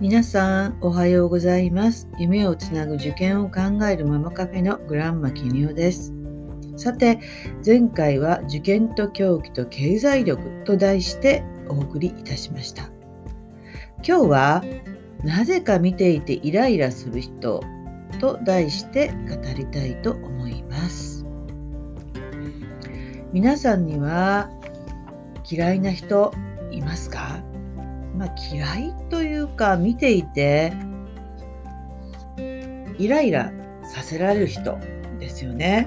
皆さんおはようございます。夢をつなぐ受験を考えるママカフェのグランマキニオです。さて、前回は受験と狂気と経済力と題してお送りいたしました。今日はなぜか見ていてイライラする人と題して語りたいと思います。皆さんには嫌いな人いますか？嫌いというか、見ていてイライラさせられる人ですよね。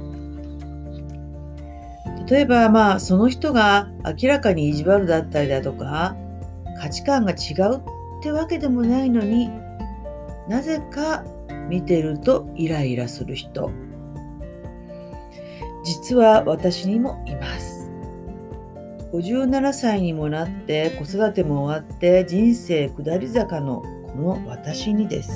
例えばその人が明らかに意地悪だったりだとか、価値観が違うってわけでもないのに、なぜか見てるとイライラする人、実は私にもいます。57歳にもなって子育ても終わって人生下り坂のこの私にです。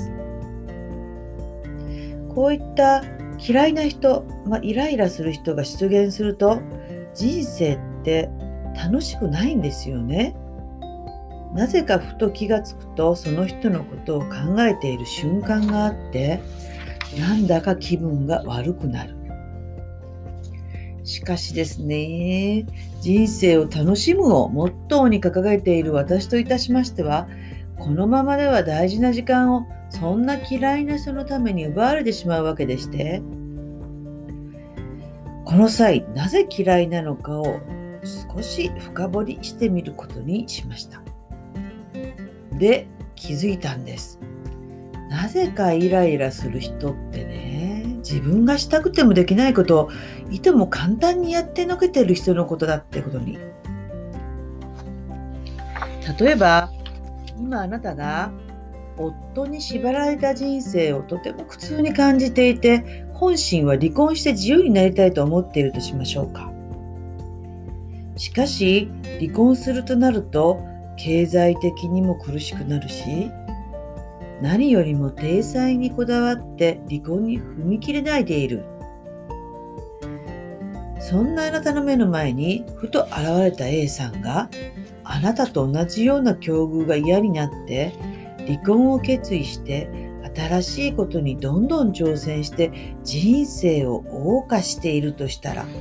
こういった嫌いな人、イライラする人が出現すると、人生って楽しくないんですよね。なぜかふと気がつくと、その人のことを考えている瞬間があって、なんだか気分が悪くなる。しかしですね、人生を楽しむをモットーに掲げている私といたしましては、このままでは大事な時間をそんな嫌いな人のために奪われてしまうわけでして、この際なぜ嫌いなのかを少し深掘りしてみることにしました。で、気づいたんです。なぜかイライラする人ってね、自分がしたくてもできないことをいとも簡単にやってのけてる人のことだってことに。例えば、今あなたが夫に縛られた人生をとても苦痛に感じていて、本心は離婚して自由になりたいと思っているとしましょうか。しかし、離婚するとなると、経済的にも苦しくなるし、何よりも体裁にこだわって離婚に踏み切れないでいる。そんなあなたの目の前にふと現れた A さんが、あなたと同じような境遇が嫌になって離婚を決意して、新しいことにどんどん挑戦して人生を謳歌しているとしたら、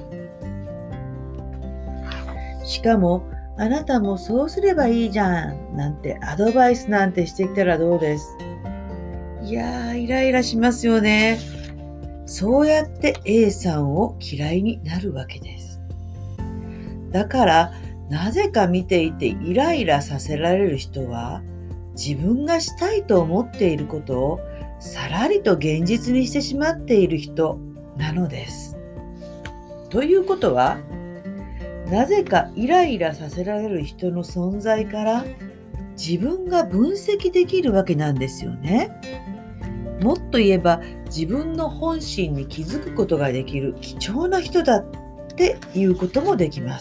しかもあなたもそうすればいいじゃんなんてアドバイスなんてしてきたらどうです？いやー、イライラしますよね。そうやって A さんを嫌いになるわけです。だからなぜか見ていてイライラさせられる人は、自分がしたいと思っていることをさらりと現実にしてしまっている人なのです。ということは、なぜかイライラさせられる人の存在から自分が分析できるわけなんですよね。もっと言えば、自分の本心に気づくことができる貴重な人だっていうこともできます。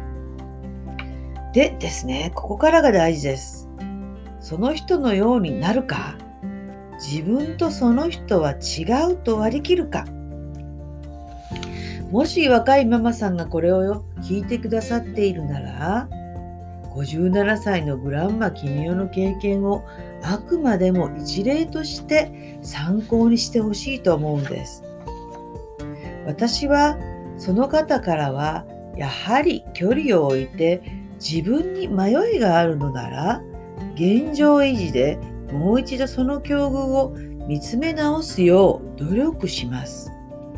でですね、ここからが大事です。その人のようになるか、自分とその人は違うと割り切るか。もし若いママさんがこれを聞いてくださっているなら、57歳のグランマキニオの経験をあくまでも一例として参考にしてほしいと思うんです。私はその方からは、やはり距離を置いて自分に迷いがあるのなら、現状維持でもう一度その境遇を見つめ直すよう努力します。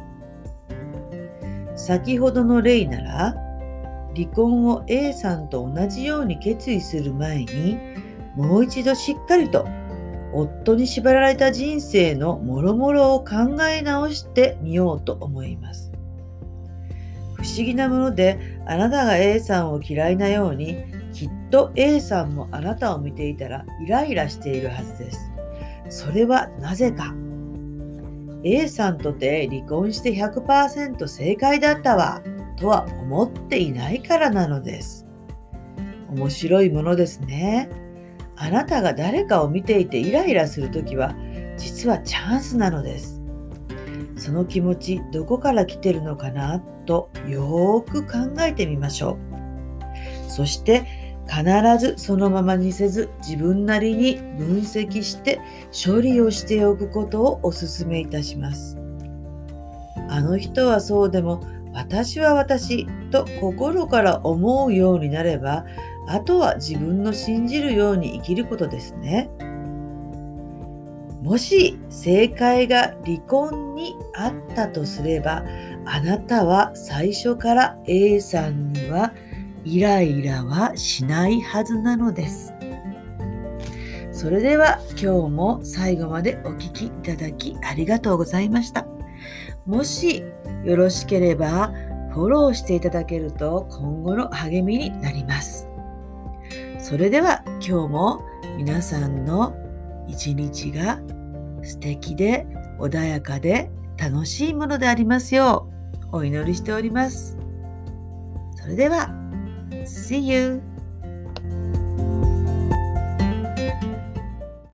先ほどの例なら、離婚を A さんと同じように決意する前に、もう一度しっかりと夫に縛られた人生のもろもろを考え直してみようと思います。不思議なもので、あなたが A さんを嫌いなように、きっと A さんもあなたを見ていたらイライラしているはずです。それはなぜか。A さんとて離婚して 100% 正解だったわとは思っていないからなのです。面白いものですね。あなたが誰かを見ていてイライラするときは、実はチャンスなのです。その気持ち、どこから来てるのかなとよーく考えてみましょう。そして必ずそのままにせず自分なりに分析して処理をしておくことをお勧めいたします。あの人はそうでも私は私と心から思うようになれば、あとは自分の信じるように生きることですね。もし正解が離婚にあったとすれば、あなたは最初から A さんにはイライラはしないはずなのです。それでは今日も最後までお聞きいただきありがとうございました。もしよろしければフォローしていただけると今後の励みになります。それでは今日も皆さんの一日が素敵で穏やかで楽しいものでありますようお祈りしております。それでは See you!